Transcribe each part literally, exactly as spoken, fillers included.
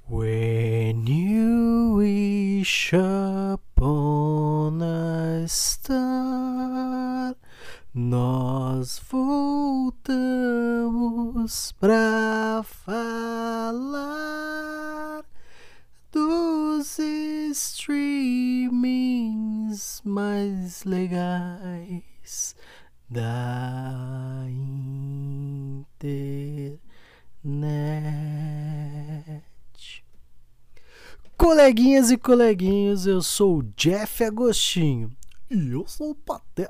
When you wish upon a star, nós voltamos pra falar dos streamings mais legais da internet. Coleguinhas e coleguinhos, eu sou o Jeff Agostinho e eu sou o Pateta.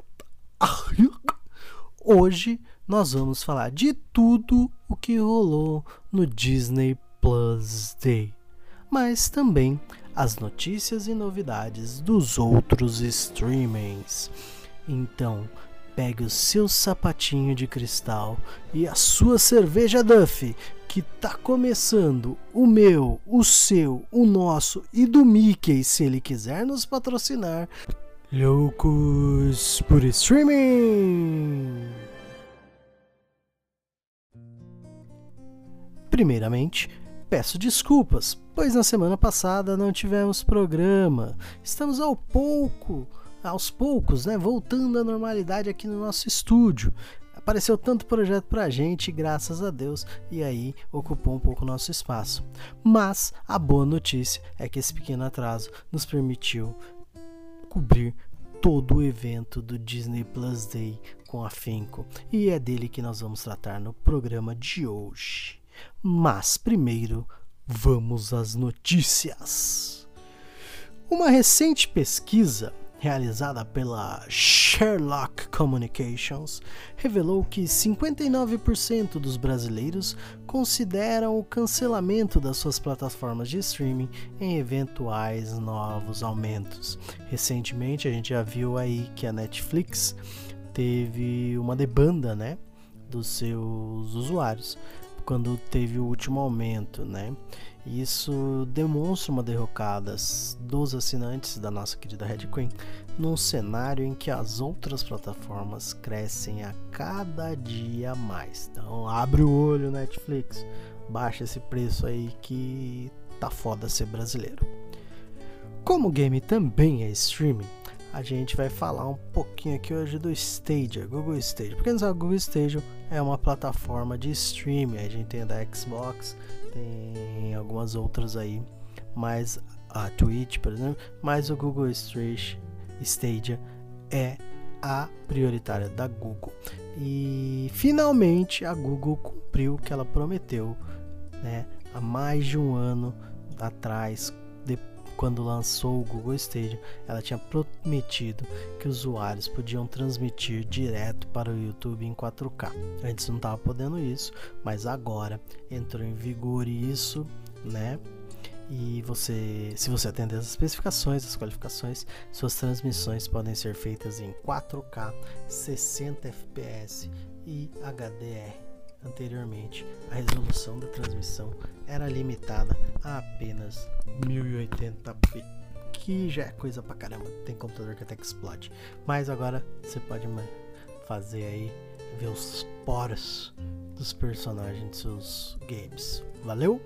Hoje nós vamos falar de tudo o que rolou no Disney Plus Day, mas também as notícias e novidades dos outros streamings. Então, pegue o seu sapatinho de cristal e a sua cerveja Duff, que tá começando, o meu, o seu, o nosso e do Mickey, se ele quiser nos patrocinar. Loucos por Streaming! Primeiramente, peço desculpas, pois na semana passada não tivemos programa. Estamos ao pouco, aos poucos, né, voltando à normalidade aqui no nosso estúdio. Apareceu tanto projeto pra gente, graças a Deus, e aí ocupou um pouco o nosso espaço. Mas a boa notícia é que esse pequeno atraso nos permitiu cobrir todo o evento do Disney Plus Day com afinco, e é dele que nós vamos tratar no programa de hoje. Mas primeiro, vamos às notícias. Uma recente pesquisa realizada pela Sherlock Communications revelou que cinquenta e nove por cento dos brasileiros consideram o cancelamento das suas plataformas de streaming em eventuais novos aumentos. Recentemente a gente já viu aí que a Netflix teve uma demanda, né, dos seus usuários quando teve o último aumento, né? Isso demonstra uma derrocada dos assinantes da nossa querida Red Queen num cenário em que as outras plataformas crescem a cada dia mais. Então abre o olho, Netflix, baixa esse preço aí que tá foda ser brasileiro. Como o game também é streaming, a gente vai falar um pouquinho aqui hoje do Stadia, Google Stadia. Porque não sabe, o Google Stadia é uma plataforma de streaming. A gente tem a da Xbox, tem algumas outras aí, mas a Twitch, por exemplo, mas o Google Stadia é a prioritária da Google. E finalmente a Google cumpriu o que ela prometeu, né, há mais de um ano atrás. Quando lançou o Google Stadia, ela tinha prometido que os usuários podiam transmitir direto para o YouTube em quatro K. Antes não estava podendo isso, mas agora entrou em vigor isso, né? E você, se você atender as especificações, as qualificações, suas transmissões podem ser feitas em quatro K, sessenta F P S e H D R. Anteriormente, a resolução da transmissão era limitada a apenas mil e oitenta p, que já é coisa pra caramba, tem computador que até que explode. Mas agora você pode fazer aí, ver os poros dos personagens dos seus games. Valeu?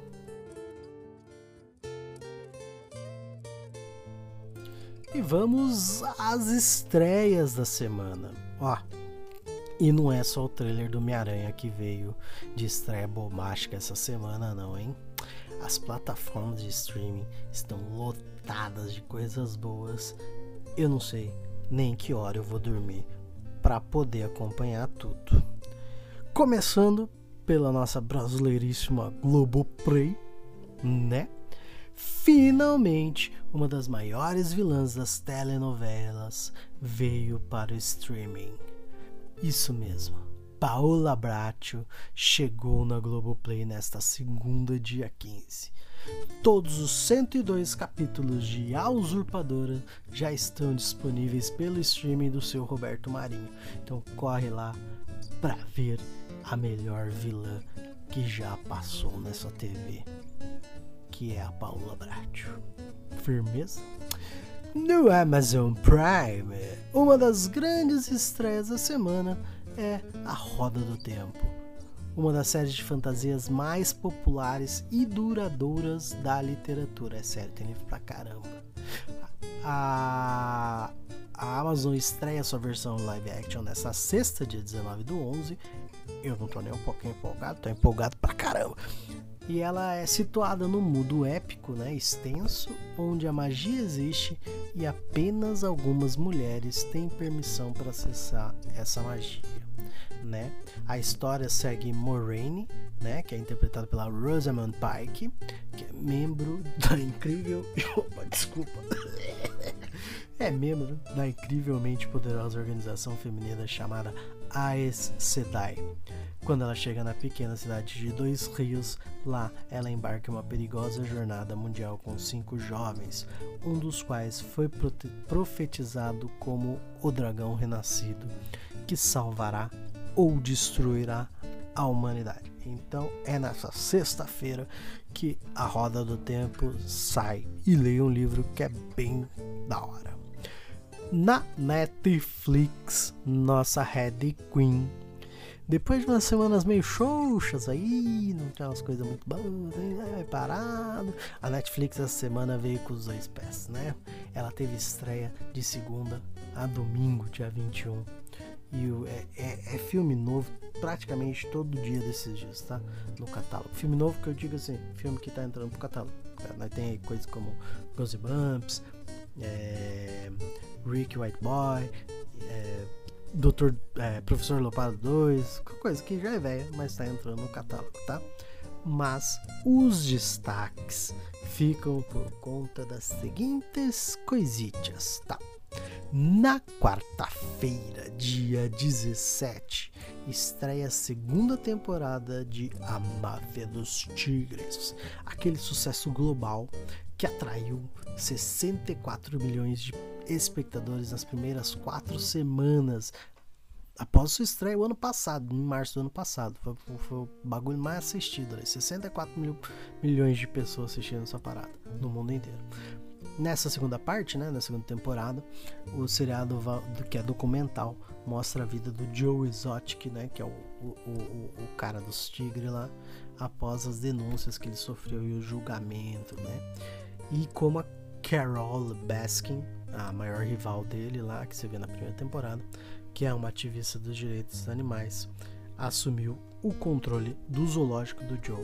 E vamos às estreias da semana. Ó, e não é só o trailer do Homem-Aranha que veio de estreia bombástica essa semana não, hein? As plataformas de streaming estão lotadas de coisas boas. Eu não sei nem que hora eu vou dormir para poder acompanhar tudo. Começando pela nossa brasileiríssima Globoplay, né? Finalmente, uma das maiores vilãs das telenovelas veio para o streaming. Isso mesmo, Paola Bracho chegou na Globoplay nesta segunda, dia quinze. Todos os cento e dois capítulos de A Usurpadora já estão disponíveis pelo streaming do seu Roberto Marinho. Então corre lá para ver a melhor vilã que já passou nessa T V, que é a Paola Bracho. Firmeza? No Amazon Prime, uma das grandes estreias da semana é A Roda do Tempo. uma das séries de fantasias mais populares e duradouras da literatura. É sério, tem livro pra caramba. A, a Amazon estreia sua versão live action nessa sexta, dia dezenove do onze. Eu não tô nem um pouquinho empolgado, tô empolgado pra caramba. E ela é situada num mundo épico, né, extenso, onde a magia existe e apenas algumas mulheres têm permissão para acessar essa magia, né? A história segue Moraine, né, que é interpretada pela Rosamund Pike, que é membro da incrível... Opa, desculpa. É membro da incrivelmente poderosa organização feminina chamada Aes Sedai. Quando ela chega na pequena cidade de Dois Rios, lá ela embarca em uma perigosa jornada mundial com cinco jovens, um dos quais foi prote- profetizado como o dragão renascido, que salvará ou destruirá a humanidade. Então é nessa sexta-feira que a Roda do Tempo sai, e leia um livro que é bem da hora. Na Netflix, nossa Red Queen, depois de umas semanas meio xoxas aí, não tinha umas coisas muito boas, aí, parado, a Netflix essa semana veio com os dois pés, né? Ela teve estreia de segunda a domingo, dia vinte e um, e o, é, é, é filme novo praticamente todo dia desses dias, tá? No catálogo. Filme novo que eu digo assim, filme que tá entrando pro catálogo. Nós tem aí coisas como Goosebumps, é, Rick White Boy, é, Doutor, é, Professor Lopada dois, coisa que já é velha, mas tá entrando no catálogo, tá? Mas os destaques ficam por conta das seguintes coisitas, tá? Na quarta-feira, dia dezessete, estreia a segunda temporada de A Máfia dos Tigres, aquele sucesso global que atraiu sessenta e quatro milhões de espectadores nas primeiras quatro semanas após sua estreia o ano passado, em março do ano passado. Foi, foi o bagulho mais assistido, né? sessenta e quatro mil, milhões de pessoas assistindo essa parada no mundo inteiro. Nessa segunda parte, né, na segunda temporada, o seriado que é documental mostra a vida do Joe Exotic, né, que é o, o, o, o cara dos tigres lá, após as denúncias que ele sofreu e o julgamento, né? E como a Carole Baskin, a maior rival dele lá, que você vê na primeira temporada, que é uma ativista dos direitos dos animais, assumiu o controle do zoológico do Joe.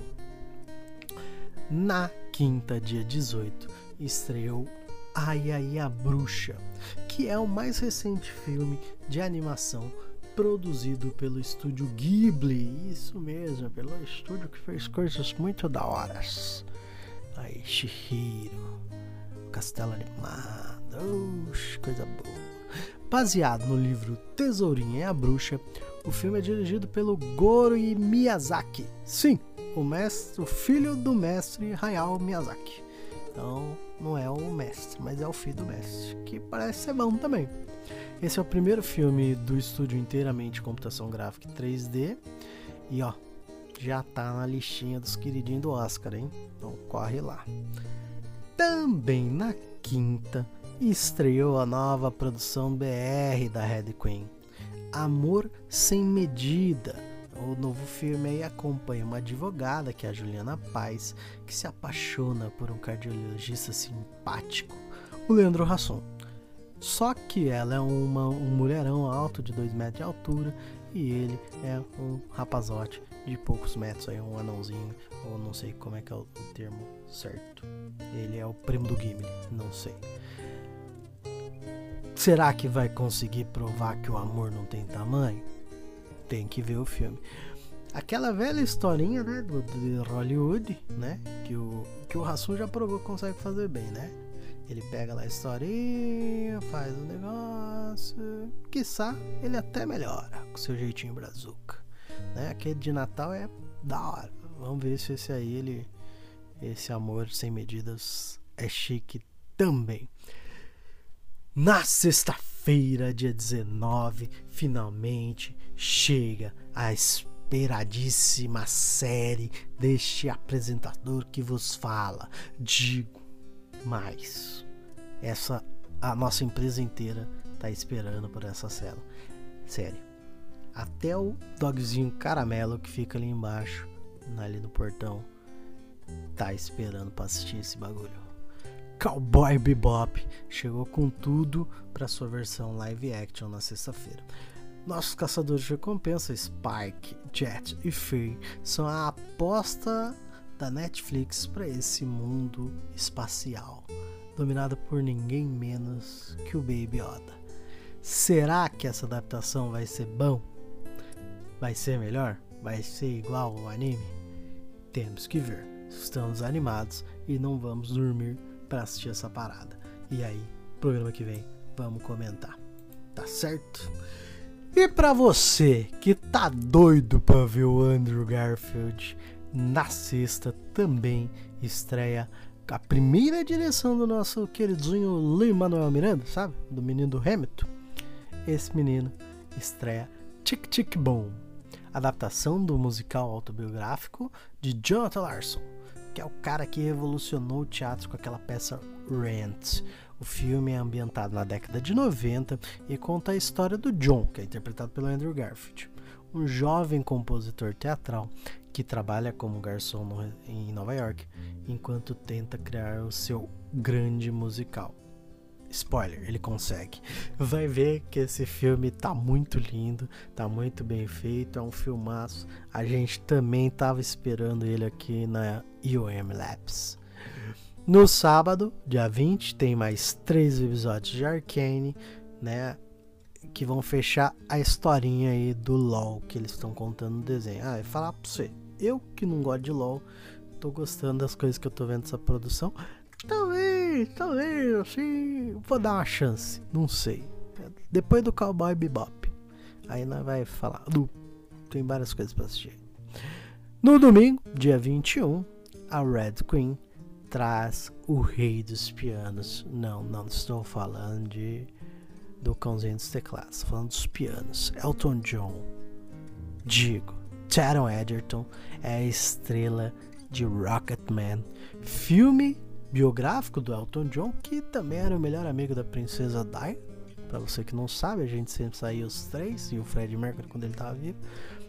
Na quinta, dia dezoito, estreou Ai Ai a Bruxa, que é o mais recente filme de animação produzido pelo estúdio Ghibli. Isso mesmo, pelo estúdio que fez coisas muito da horas. Aí, Chihiro, Castelo Animado, uxi, coisa boa. Baseado no livro Tesourinha e a Bruxa, o filme é dirigido pelo Goro Miyazaki. Sim, o, mestre, o filho do mestre Hayao Miyazaki. Então, não é o mestre, mas é o filho do mestre, que parece ser bom também. Esse é o primeiro filme do estúdio inteiramente computação gráfica três D. E ó, já tá na listinha dos queridinhos do Oscar, hein? Então corre lá. Também na quinta, estreou a nova produção B R da Red Queen, Amor Sem Medida. O novo filme aí acompanha uma advogada, que é a Juliana Paz, que se apaixona por um cardiologista simpático, o Leandro Hassum. Só que ela é uma, um mulherão alto de dois metros de altura e ele é um rapazote de poucos metros, aí, um anãozinho, ou não sei como é que é o, o termo certo. Ele é o primo do Gimli, não sei. Será que vai conseguir provar que o amor não tem tamanho? Tem que ver o filme. Aquela velha historinha, né, do, de Hollywood, né, que o, que o Hassum já provou que consegue fazer bem, né? Ele pega lá a historinha, faz o negócio, quiçá ele até melhora com seu jeitinho brazuca, né? Aquele de Natal é da hora. Vamos ver se esse aí, ele, esse Amor Sem Medidas é chique também. Na sexta-feira, dia dezenove, finalmente chega a esperadíssima série deste apresentador que vos fala. Digo mais, essa, a nossa empresa inteira está esperando por essa série. Até o dogzinho caramelo que fica ali embaixo, ali no portão, tá esperando pra assistir esse bagulho. Cowboy Bebop chegou com tudo pra sua versão live action na sexta-feira. Nossos caçadores de recompensa, Spike, Jet e Faye, são a aposta da Netflix para esse mundo espacial, dominado por ninguém menos que o Baby Yoda. Será que essa adaptação vai ser bom? Vai ser melhor? Vai ser igual ao anime? Temos que ver. Estamos animados e não vamos dormir para assistir essa parada. E aí, programa que vem, vamos comentar. Tá certo? E pra você que tá doido pra ver o Andrew Garfield, na sexta também estreia a primeira direção do nosso queridinho Lin-Manuel Miranda, sabe? Do menino do Hamilton. Esse menino estreia Tic Tic Boom, adaptação do musical autobiográfico de Jonathan Larson, que é o cara que revolucionou o teatro com aquela peça Rent. O filme é ambientado na década de noventa e conta a história do John, que é interpretado pelo Andrew Garfield, um jovem compositor teatral que trabalha como garçom no, em Nova York, enquanto tenta criar o seu grande musical. Spoiler, ele consegue. Vai ver que esse filme tá muito lindo, tá muito bem feito, é um filmaço. A gente também tava esperando ele aqui na U M Labs. No sábado, dia vinte, tem mais três episódios de Arcane, né? Que vão fechar a historinha aí do LoL que eles estão contando no desenho. Ah, eu vou falar pra você, eu que não gosto de LoL, tô gostando das coisas que eu tô vendo dessa produção. Talvez, talvez, assim, vou dar uma chance, não sei. Depois do Cowboy Bebop, aí nós vai falar. Uh, tem várias coisas pra assistir. No domingo, dia vinte e um, a Red Queen traz o Rei dos Pianos. Não, não estou falando de do Cãozinho dos Teclados, estou falando dos pianos. Elton John, digo, Taron Egerton é a estrela de Rocketman, filme biográfico do Elton John, que também era o melhor amigo da princesa Di. Pra você que não sabe, a gente sempre saía os três e o Freddie Mercury quando ele tava vivo.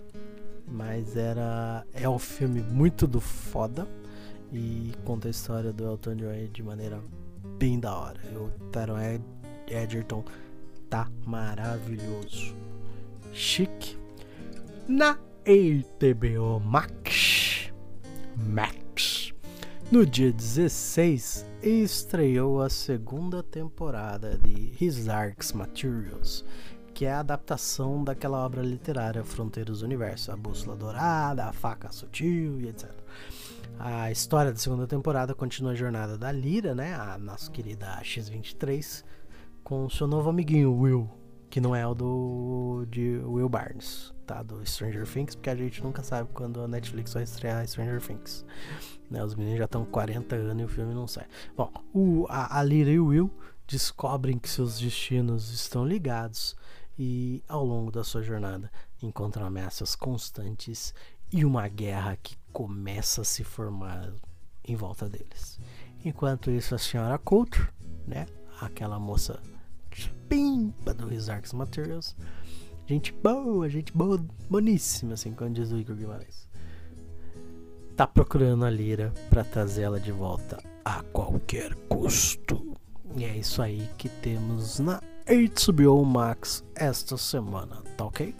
Mas era é um filme muito do foda e conta a história do Elton John de maneira bem da hora. O Taron Egerton tá maravilhoso, chique. Na H B O Max, Max, no dia dezesseis, estreou a segunda temporada de His Dark Materials, que é a adaptação daquela obra literária Fronteiras do Universo, a Bússola Dourada, a Faca Sutil e etcétera. A história da segunda temporada continua a jornada da Lyra, né, a nossa querida X vinte e três, com o seu novo amiguinho Will, que não é o do de Will Barnes, tá, do Stranger Things, porque a gente nunca sabe quando a Netflix vai estrear Stranger Things, né, os meninos já estão com quarenta anos e o filme não sai. Bom, o, a, a Lyra e o Will descobrem que seus destinos estão ligados e ao longo da sua jornada encontram ameaças constantes e uma guerra que começa a se formar em volta deles. Enquanto isso, a senhora Coulter, né, aquela moça pimpa do His Dark Materials, gente boa, gente boa, boníssima, assim, como diz o Igor Guimarães, tá procurando a Lyra pra trazer ela de volta a qualquer custo. E é isso aí que temos na H B O Max esta semana, tá ok?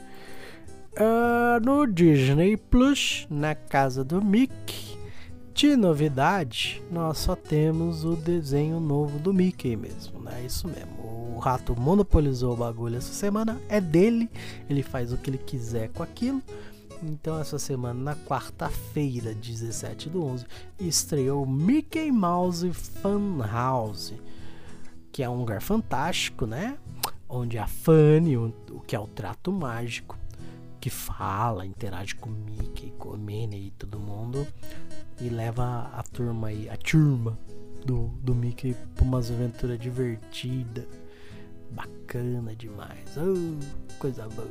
Uh, no Disney Plus, na casa do Mickey, de novidade, nós só temos o desenho novo do Mickey mesmo, né? Isso mesmo, o rato monopolizou o bagulho essa semana, é dele, ele faz o que ele quiser com aquilo. Então essa semana, na quarta-feira, dezessete do onze, estreou Mickey Mouse Fun House, que é um lugar fantástico, né? Onde a Fanny, o, o que é o trato mágico, que fala, interage com o Mickey, com a Minnie e todo mundo, e leva a turma aí, a turma do, do Mickey pra umas aventuras divertidas, bacana demais, oh, coisa boa.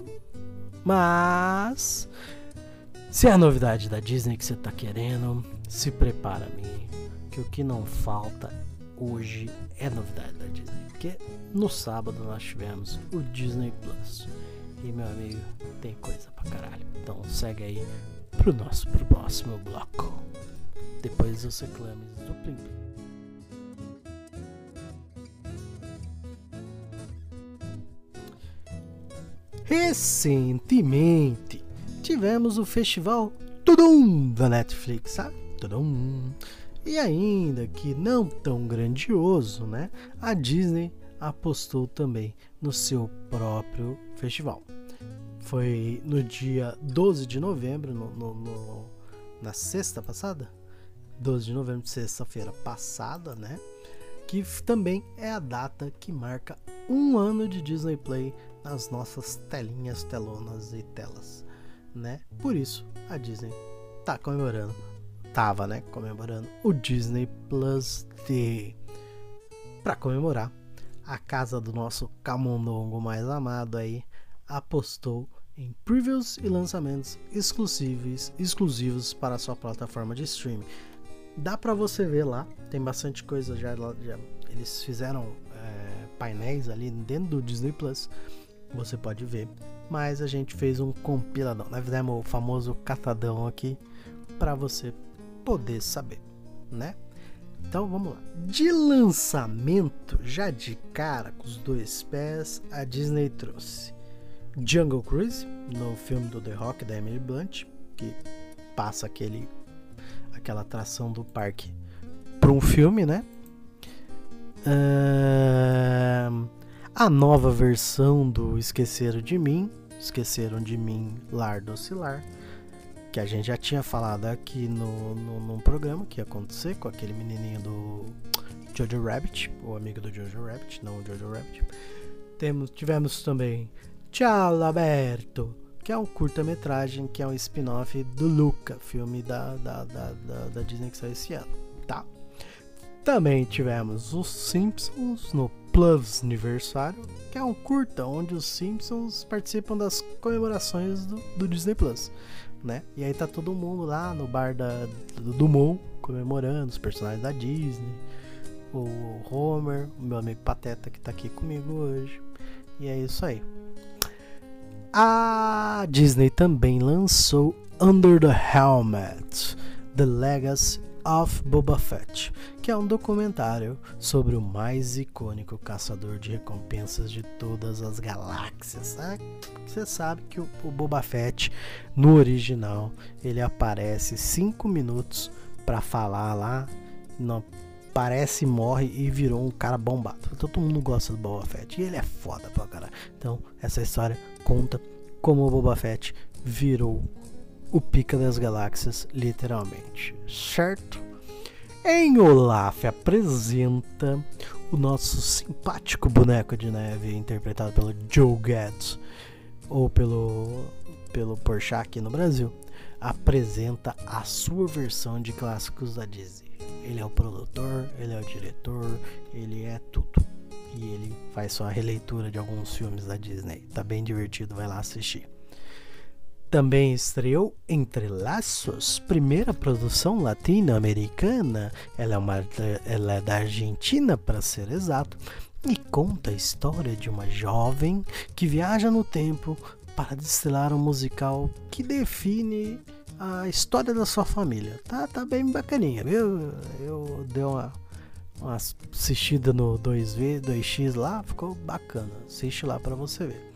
Mas se é a novidade da Disney que você tá querendo, se prepara, amigo, que o que não falta hoje é novidade da Disney, porque no sábado nós tivemos o Disney Plus. E, meu amigo, tem coisa pra caralho. Então segue aí pro nosso pro próximo bloco. Depois dos reclames do Plim Plim. Recentemente tivemos o festival Tudum da Netflix, sabe? Tudum. E ainda que não tão grandioso, né? A Disney apostou também no seu próprio festival. Foi no dia doze de novembro, no, no, no, na sexta passada? doze de novembro, sexta-feira passada, né? Que também é a data que marca um ano de Disney Play nas nossas telinhas, telonas e telas, né? Por isso, a Disney tá comemorando, tava, né? Comemorando o Disney Plus Day. Para comemorar, a casa do nosso camundongo mais amado aí apostou em previews e lançamentos exclusivos, exclusivos para a sua plataforma de streaming. Dá para você ver lá, tem bastante coisa já, já eles fizeram é, painéis ali dentro do Disney Plus, você pode ver, mas a gente fez um compiladão, nós fizemos o famoso catadão aqui para você poder saber, né? Então vamos lá. De lançamento, já de cara com os dois pés, a Disney trouxe Jungle Cruise, no filme do The Rock da Emily Blunt, que passa aquele aquela atração do parque para um filme, né? Uh, a nova versão do Esqueceram de Mim, Esqueceram de Mim, Lar do Oscilar, que a gente já tinha falado aqui no, no, num programa que ia acontecer com aquele menininho do Jojo Rabbit, o amigo do Jojo Rabbit, não o Jojo Rabbit. Temos, tivemos também Tchau Aberto, que é um curta-metragem, que é um spin-off do Luca, filme da, da, da, da, da Disney que saiu esse ano, tá? Também tivemos os Simpsons no Plus Aniversário, que é um curta onde os Simpsons participam das comemorações do, do Disney Plus, né? E aí tá todo mundo lá no bar da, do Dumont comemorando os personagens da Disney, o Homer, o meu amigo Pateta que tá aqui comigo hoje, e é isso aí. A Disney também lançou Under the Helmet, The Legacy of Boba Fett, que é um documentário sobre o mais icônico caçador de recompensas de todas as galáxias. Você sabe que o, o Boba Fett, no original, ele aparece cinco minutos para falar lá, não, aparece, morre e virou um cara bombado. Todo mundo gosta do Boba Fett e ele é foda pra caralho. Então, essa história conta como o Boba Fett virou o pica das galáxias, literalmente, certo? Em Olaf apresenta o nosso simpático boneco de neve, interpretado pelo Joe Gad, ou pelo pelo Porchat aqui no Brasil, apresenta a sua versão de clássicos da Disney. Ele é o produtor, ele é o diretor, ele é tudo. E ele faz só a releitura de alguns filmes da Disney. Tá bem divertido, vai lá assistir. Também estreou Entre Laços, primeira produção latino-americana. Ela é, uma, ela é da Argentina, para ser exato, e conta a história de uma jovem que viaja no tempo para destilar um musical que define a história da sua família. Tá, tá bem bacaninha, viu? Eu dei uma, uma assistida no dois V, dois X lá, ficou bacana. Assiste lá para você ver.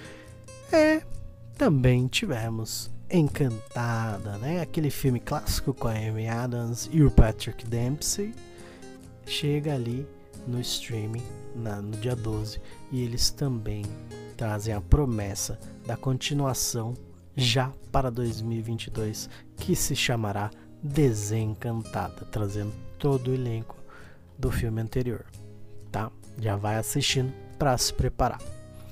É, também tivemos Encantada, né? Aquele filme clássico com a Amy Adams e o Patrick Dempsey. Chega ali no streaming na, no dia doze, e eles também trazem a promessa da continuação já para dois mil e vinte e dois, que se chamará Desencantada, trazendo todo o elenco do filme anterior, tá? Já vai assistindo para se preparar.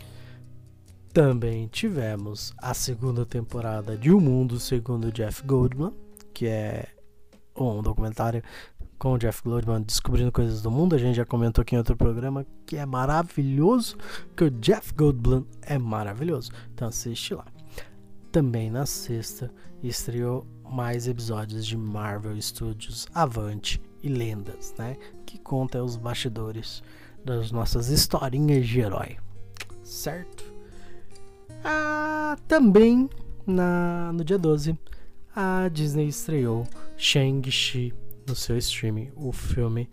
Também tivemos a segunda temporada de O Mundo Segundo Jeff Goldblum, que é um documentário com o Jeff Goldblum descobrindo coisas do mundo. A gente já comentou aqui em outro programa que é maravilhoso, que o Jeff Goldblum é maravilhoso, então assiste lá. Também na sexta estreou mais episódios de Marvel Studios Avante e Lendas, né? Que conta os bastidores das nossas historinhas de herói, certo? Ah, também na, no dia doze, a Disney estreou Shang-Chi no seu streaming, o filme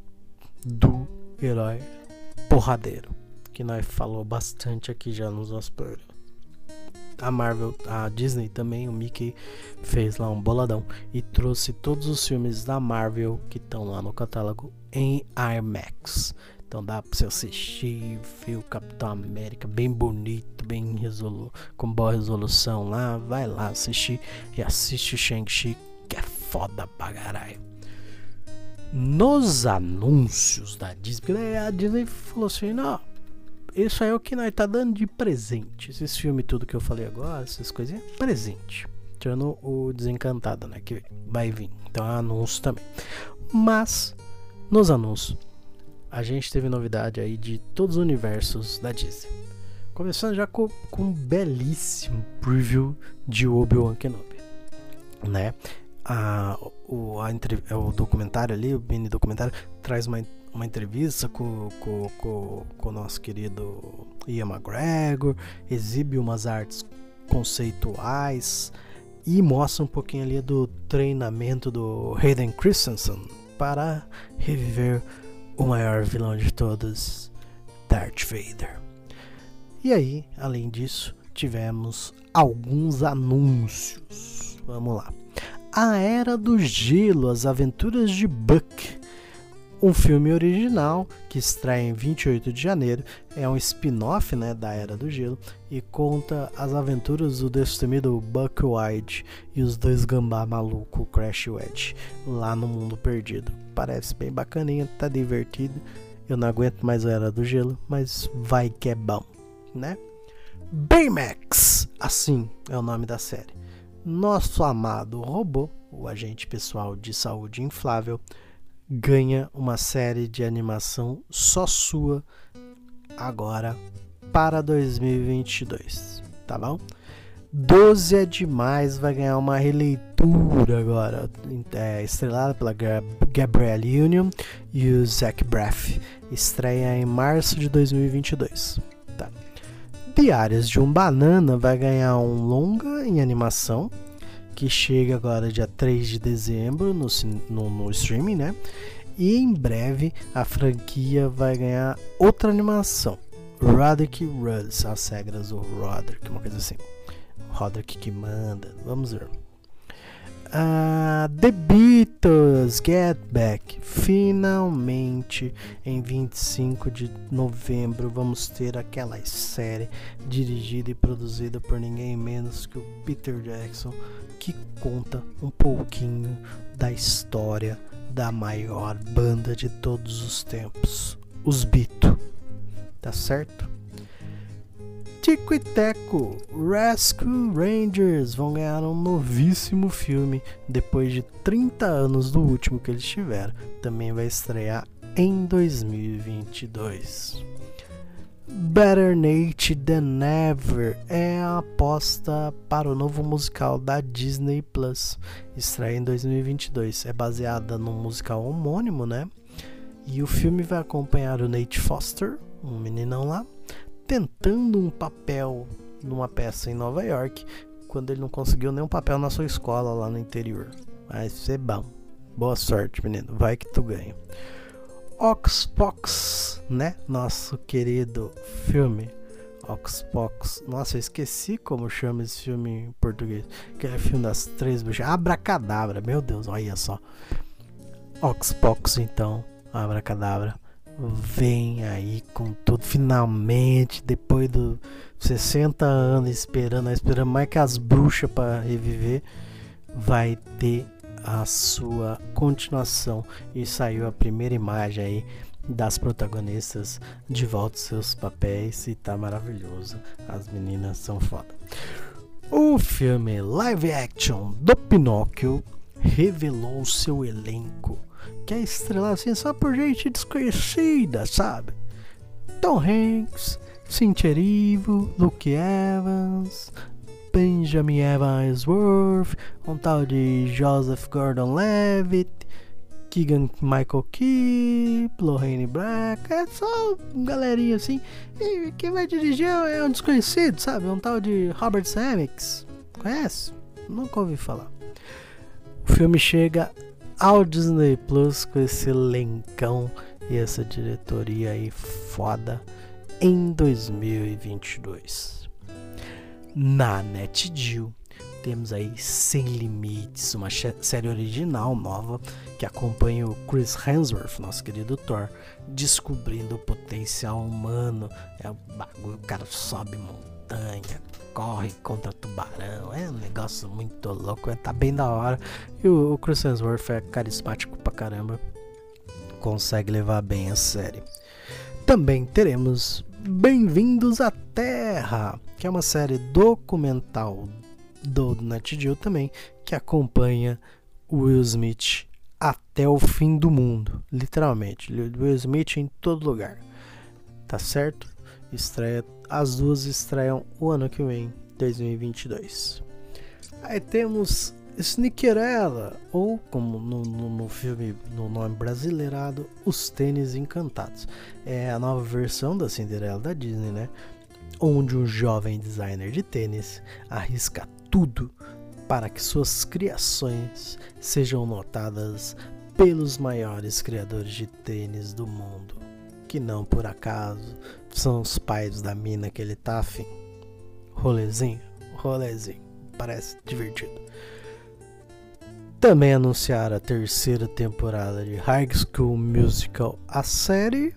do herói porradeiro, que nós falou bastante aqui já nos nossos programas. A Marvel, a Disney também, o Mickey fez lá um boladão e trouxe todos os filmes da Marvel que estão lá no catálogo em IMAX. Então dá pra você assistir, ver o Capitão América bem bonito, bem resolu- com boa resolução lá. Vai lá assistir e assiste o Shang-Chi, que é foda pra caralho. Nos anúncios da Disney, a Disney falou assim, não, isso aí é o que nós tá dando de presente. Esses filmes tudo que eu falei agora, essas coisinhas, presente. Tirando o Desencantado, né, que vai vir. Então é anúncio também. Mas, nos anúncios, a gente teve novidade aí de todos os universos da Disney. Começando já com, com um belíssimo preview de Obi-Wan Kenobi, né? A, o, a, o documentário ali, o mini documentário, traz uma, uma entrevista com, com, com, com o nosso querido Ian McGregor, exibe umas artes conceituais e mostra um pouquinho ali do treinamento do Hayden Christensen para reviver o maior vilão de todos, Darth Vader. E aí, além disso, tivemos alguns anúncios. Vamos lá. A Era do Gelo, As Aventuras de Buck, um filme original que estreia em vinte e oito de janeiro, é um spin-off, né, da Era do Gelo e conta as aventuras do destemido Buck White e os dois gambá maluco Crash e Wedge lá no mundo perdido. Parece bem bacaninha, tá divertido. Eu não aguento mais a Era do Gelo, mas vai que é bom, né? Baymax, assim é o nome da série. Nosso amado robô, o agente pessoal de saúde inflável, ganha uma série de animação só sua agora para dois mil e vinte e dois, tá bom? doze é demais, vai ganhar uma releitura agora, é, estrelada pela Gabrielle Union e o Zach Braff. Estreia em março de dois mil e vinte e dois. Tá. Diárias de um Banana vai ganhar um longa em animação que chega agora dia três de dezembro no, no, no streaming, né? E em breve a franquia vai ganhar outra animação, Roderick Runs, as regras do Roderick, uma coisa assim. Roderick que manda, vamos ver. Uh, The Beatles Get Back, finalmente em vinte e cinco de novembro vamos ter aquela série dirigida e produzida por ninguém menos que o Peter Jackson, que conta um pouquinho da história da maior banda de todos os tempos, os Beatles, tá certo? Tico e Teco, Rescue Rangers vão ganhar um novíssimo filme depois de trinta anos do último que eles tiveram. Também vai estrear em dois mil e vinte e dois. Better Nate Than Ever é a aposta para o novo musical da Disney Plus. Estreia em dois mil e vinte e dois. É baseada num musical homônimo, né? E o filme vai acompanhar o Nate Foster, um meninão lá, tentando um papel numa peça em Nova York, quando ele não conseguiu nenhum papel na sua escola lá no interior. Vai ser bom. Boa sorte, menino. Vai que tu ganha. Oxpox, né? Nosso querido filme Oxpox. Nossa, eu esqueci como chama esse filme em português. Que é o filme das três bruxas. Abracadabra, meu Deus, olha só. Oxpox, então. Abracadabra. Vem aí com tudo, finalmente, depois dos sessenta anos esperando, esperando mais que as bruxas para reviver, vai ter a sua continuação. E saiu a primeira imagem aí das protagonistas de volta aos seus papéis e tá maravilhoso. As meninas são foda. O filme live action do Pinóquio revelou seu elenco, que é estrelado assim só por gente desconhecida, sabe? Tom Hanks, Cynthia Erivo, Luke Evans, Benjamin Evans Worth, um tal de Joseph Gordon-Levitt, Keegan Michael Key, Lorraine Black, é só galerinha assim. E quem vai dirigir é um desconhecido, sabe? Um tal de Robert Zemeckis. Conhece? Nunca ouvi falar. O filme chega ao Disney Plus com esse elencão e essa diretoria aí foda em dois mil e vinte e dois. Na NetGeo temos aí Sem Limites, uma série original nova que acompanha o Chris Hemsworth, nosso querido Thor, descobrindo o potencial humano. É o bagulho, o cara sobe montanha, corre contra tubarão, é um negócio muito louco, tá bem da hora. E o, o Chris Hemsworth é carismático pra caramba, consegue levar bem a série. Também teremos Bem-vindos à Terra, que é uma série documental do NetGeo também, que acompanha o Will Smith até o fim do mundo, literalmente. Will Smith em todo lugar, tá certo? Estreia, as duas estreiam o ano que vem, dois mil e vinte e dois. Aí temos Sneakerella, ou como no, no, no filme, no nome brasileirado, Os Tênis Encantados. É a nova versão da Cinderela da Disney, né? Onde um jovem designer de tênis arrisca tudo para que suas criações sejam notadas pelos maiores criadores de tênis do mundo, que não por acaso são os pais da mina que ele tá afim. Rolezinho, rolezinho, parece divertido. Também anunciaram a terceira temporada de High School Musical, a série,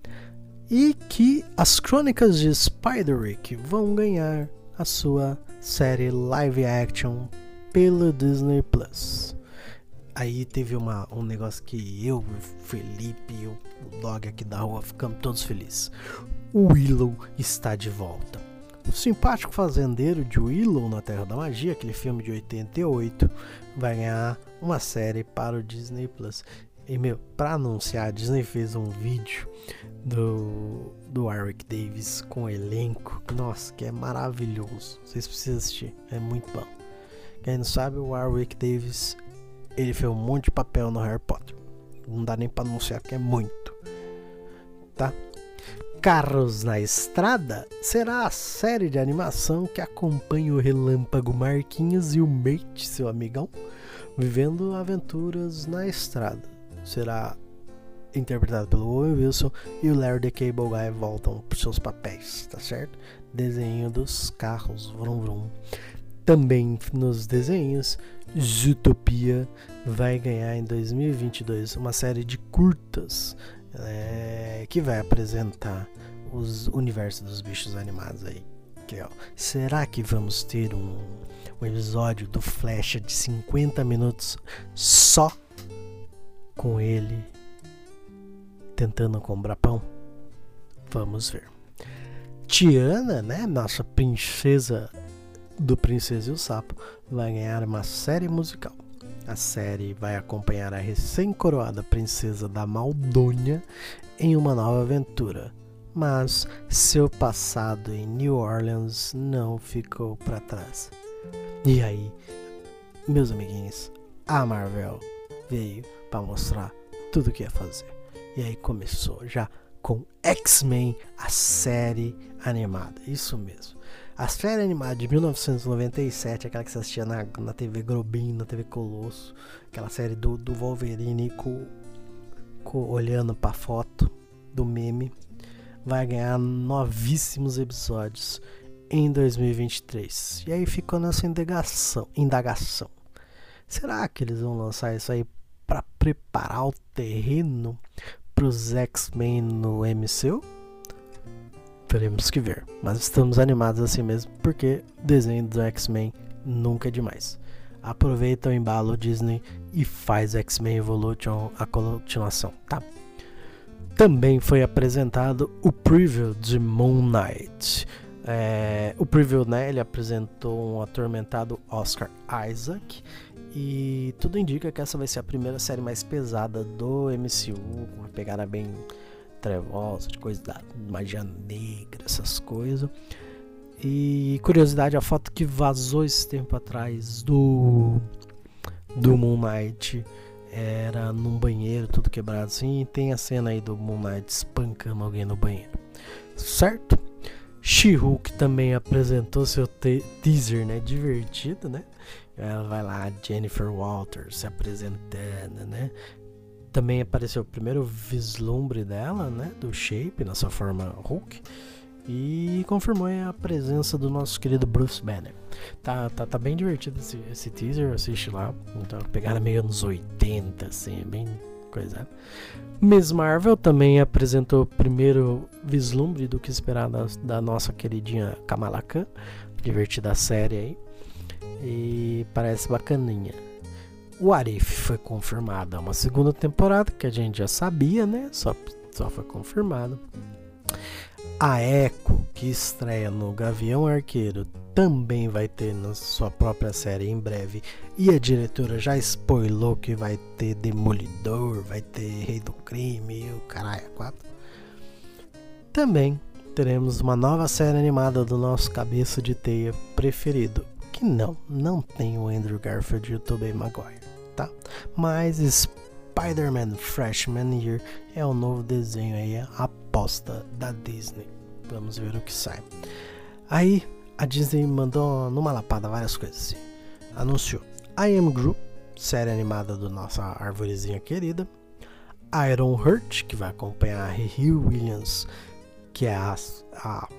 e que as Crônicas de Spiderwick vão ganhar a sua série live action pela Disney Plus. Aí teve uma, um negócio que eu, o Felipe e o dog aqui da rua ficamos todos felizes. O Willow está de volta. O simpático fazendeiro de Willow na Terra da Magia, aquele filme de oitenta e oito, vai ganhar uma série para o Disney Plus. E, meu, pra anunciar, a Disney fez um vídeo do, do Warwick Davis com o elenco. Nossa, que é maravilhoso. Vocês precisam assistir, é muito bom. Quem não sabe, o Warwick Davis, ele fez um monte de papel no Harry Potter. Não dá nem pra anunciar, que é muito. Tá? Carros na Estrada será a série de animação que acompanha o Relâmpago Marquinhos e o Mate, seu amigão, vivendo aventuras na estrada. Será interpretado pelo Owen Wilson e o Larry the Cable Guy voltam para seus papéis, tá certo? Desenho dos carros, vrum vrum. Também nos desenhos, Zootopia vai ganhar em dois mil e vinte e dois uma série de curtas é, que vai apresentar os universos dos bichos animados aí. Que, ó, será que vamos ter um, um episódio do Flecha de cinquenta minutos só com ele tentando comprar pão? Vamos ver. Tiana, né, nossa princesa do Princesa e o Sapo, vai ganhar uma série musical. A série vai acompanhar a recém-coroada princesa da Maldônia em uma nova aventura, mas seu passado em New Orleans não ficou para trás. E aí, meus amiguinhos, a Marvel veio para mostrar tudo o que ia fazer. E aí começou já com X-Men, a série animada. Isso mesmo. A série animada de mil novecentos e noventa e sete, aquela que você assistia na, na T V Globinho, na T V Colosso, aquela série do, do Wolverine com, com, olhando pra foto do meme, vai ganhar novíssimos episódios em dois mil e vinte e três. E aí ficou nessa indagação, indagação. Será que eles vão lançar isso aí para preparar o terreno pros X-Men no M C U? Teremos que ver, mas estamos animados assim mesmo, porque o desenho do X-Men nunca é demais. Aproveita o embalo Disney e faz X-Men Evolution a continuação, tá? Também foi apresentado o preview de Moon Knight. É, o preview, né, ele apresentou um atormentado Oscar Isaac, e tudo indica que essa vai ser a primeira série mais pesada do M C U, com uma pegada bem trevosa, de coisa da magia negra, essas coisas. E curiosidade, a foto que vazou esse tempo atrás do do Moon Knight era num banheiro, tudo quebrado assim, e tem a cena aí do Moon Knight espancando alguém no banheiro, certo? She-Hulk também apresentou seu te- teaser, né, divertido, né? Ela vai lá, Jennifer Walters se apresentando, né? Também apareceu o primeiro vislumbre dela, né, do Shape, na sua forma Hulk. E confirmou a presença do nosso querido Bruce Banner. Tá, tá, tá bem divertido esse, esse teaser, assiste lá. Então, pegaram meio anos oitenta, assim, bem coisa. Miz Marvel também apresentou o primeiro vislumbre do que esperar da, da nossa queridinha Kamala Khan. Divertida a série aí. E parece bacaninha. O What If foi confirmada uma segunda temporada, que a gente já sabia, né? Só, só foi confirmado. A Echo, que estreia no Gavião Arqueiro, também vai ter na sua própria série em breve. E a diretora já spoilou que vai ter Demolidor, vai ter Rei do Crime e o caralho quatro. Também teremos uma nova série animada do nosso cabeça de teia preferido. Que não, não tem o Andrew Garfield e o Tobey Maguire, tá? Mas Spider-Man Freshman Year é o novo desenho aí, a aposta da Disney. Vamos ver o que sai. Aí a Disney mandou numa lapada várias coisas assim. Anunciou I Am Groot, série animada do nossa arvorezinha querida. Iron Heart, que vai acompanhar a Riri Williams, que é a, a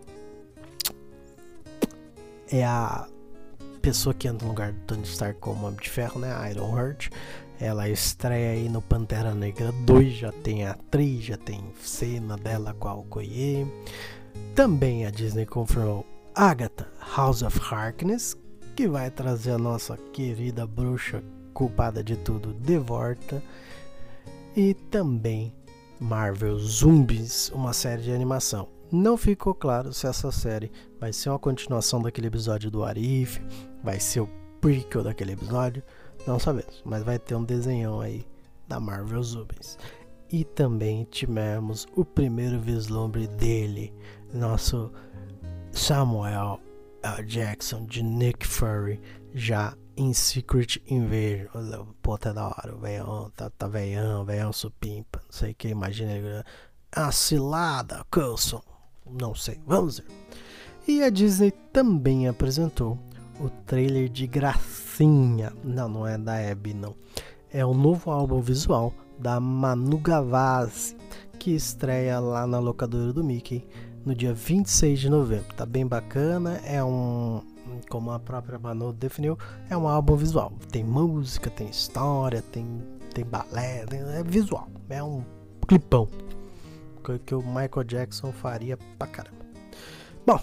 é a pessoa que entra no lugar do Tony Stark como Homem de Ferro, né? Iron Heart. Ela estreia aí no Pantera Negra dois, já tem a atriz, já tem cena dela com a Okoye. Também a Disney confirmou Agatha, House of Harkness, que vai trazer a nossa querida bruxa culpada de tudo de volta. E também Marvel Zombies, uma série de animação. Não ficou claro se essa série vai ser uma continuação daquele episódio do What If, vai ser o prequel daquele episódio. Não sabemos, mas vai ter um desenhão aí da Marvel Zombies. E também tivemos o primeiro vislumbre dele, nosso Samuel L. Jackson de Nick Fury, já em Secret Invasion. Pô, tá da hora, o velhão, tá, tá velhão, velhão supimpa, não sei o que, imagina ele. A cilada, Coulson, não sei, vamos ver. E a Disney também apresentou o trailer de Gracinha. Não, não é da Abby, não. É o novo álbum visual da Manu Gavassi, que estreia lá na locadora do Mickey no dia vinte e seis de novembro. Tá bem bacana, é um, como a própria Manu definiu, é um álbum visual. Tem música, tem história, tem, tem balé, tem, é visual. É um clipão que, que o Michael Jackson faria pra caramba. Bom,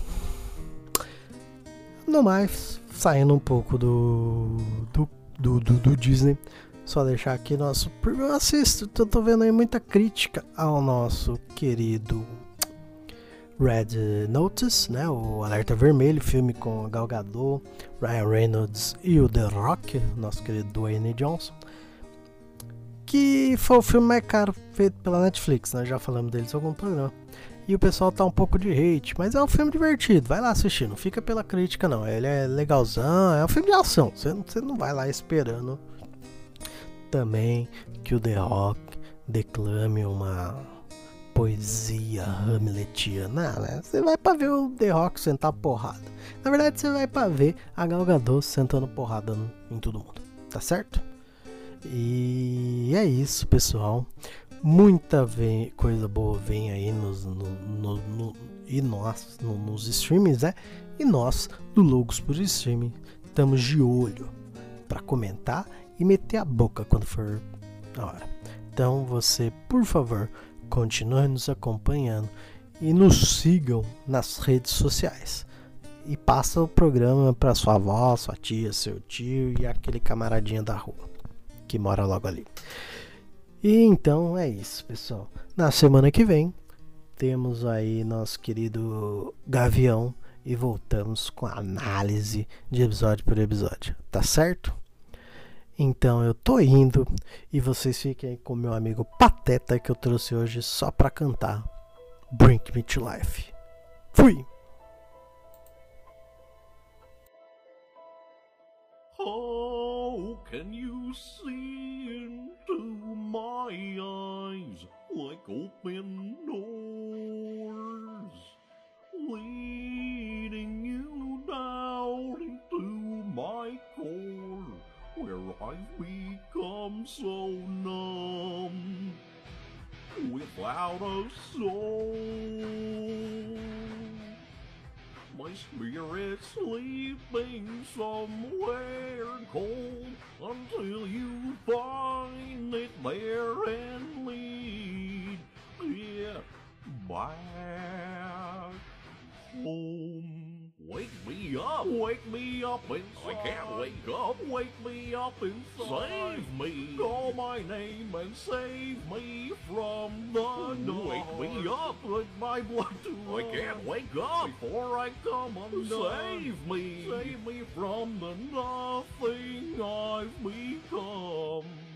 no mais, saindo um pouco do do, do, do, do Disney, só deixar aqui nosso. Eu assisto, eu tô vendo aí muita crítica ao nosso querido Red Notice, né? O Alerta Vermelho, filme com Gal Gadot, Ryan Reynolds e o The Rock, nosso querido Dwayne Johnson, que foi o filme mais caro feito pela Netflix, nós já falamos deles em algum programa. E o pessoal tá um pouco de hate, mas é um filme divertido, vai lá assistir, não fica pela crítica não, ele é legalzão, é um filme de ação, você não, você não vai lá esperando também que o The Rock declame uma poesia hamletiana, né? Você vai pra ver o The Rock sentar porrada, na verdade você vai pra ver a Gal Gadot sentando porrada no, em todo mundo, tá certo? E é isso, pessoal. Muita vem, coisa boa vem aí nos, no, no, no, e nós, no, nos streamings, né? E nós, do Loucos por Streaming, estamos de olho para comentar e meter a boca quando for a hora. Então você, por favor, continue nos acompanhando e nos sigam nas redes sociais. E passa o programa para sua avó, sua tia, seu tio e aquele camaradinha da rua que mora logo ali. E então é isso, pessoal. Na semana que vem temos aí nosso querido Gavião e voltamos com a análise de episódio por episódio, tá certo? Então eu tô indo e vocês fiquem aí com meu amigo Pateta que eu trouxe hoje só pra cantar Bring Me to Life. Fui! How can you see in my eyes like open doors, leading you down into my core, where I've become so numb, without a soul. My spirit's sleeping somewhere cold, until you find it there and lead it back home. Wake me up, wake me up inside. I can't wake up, wake me up inside. Save me, call my name and save me from the dark. Wake me up, put my blood to I can't wake up before I come undone. Save me, save me from the nothing I've become.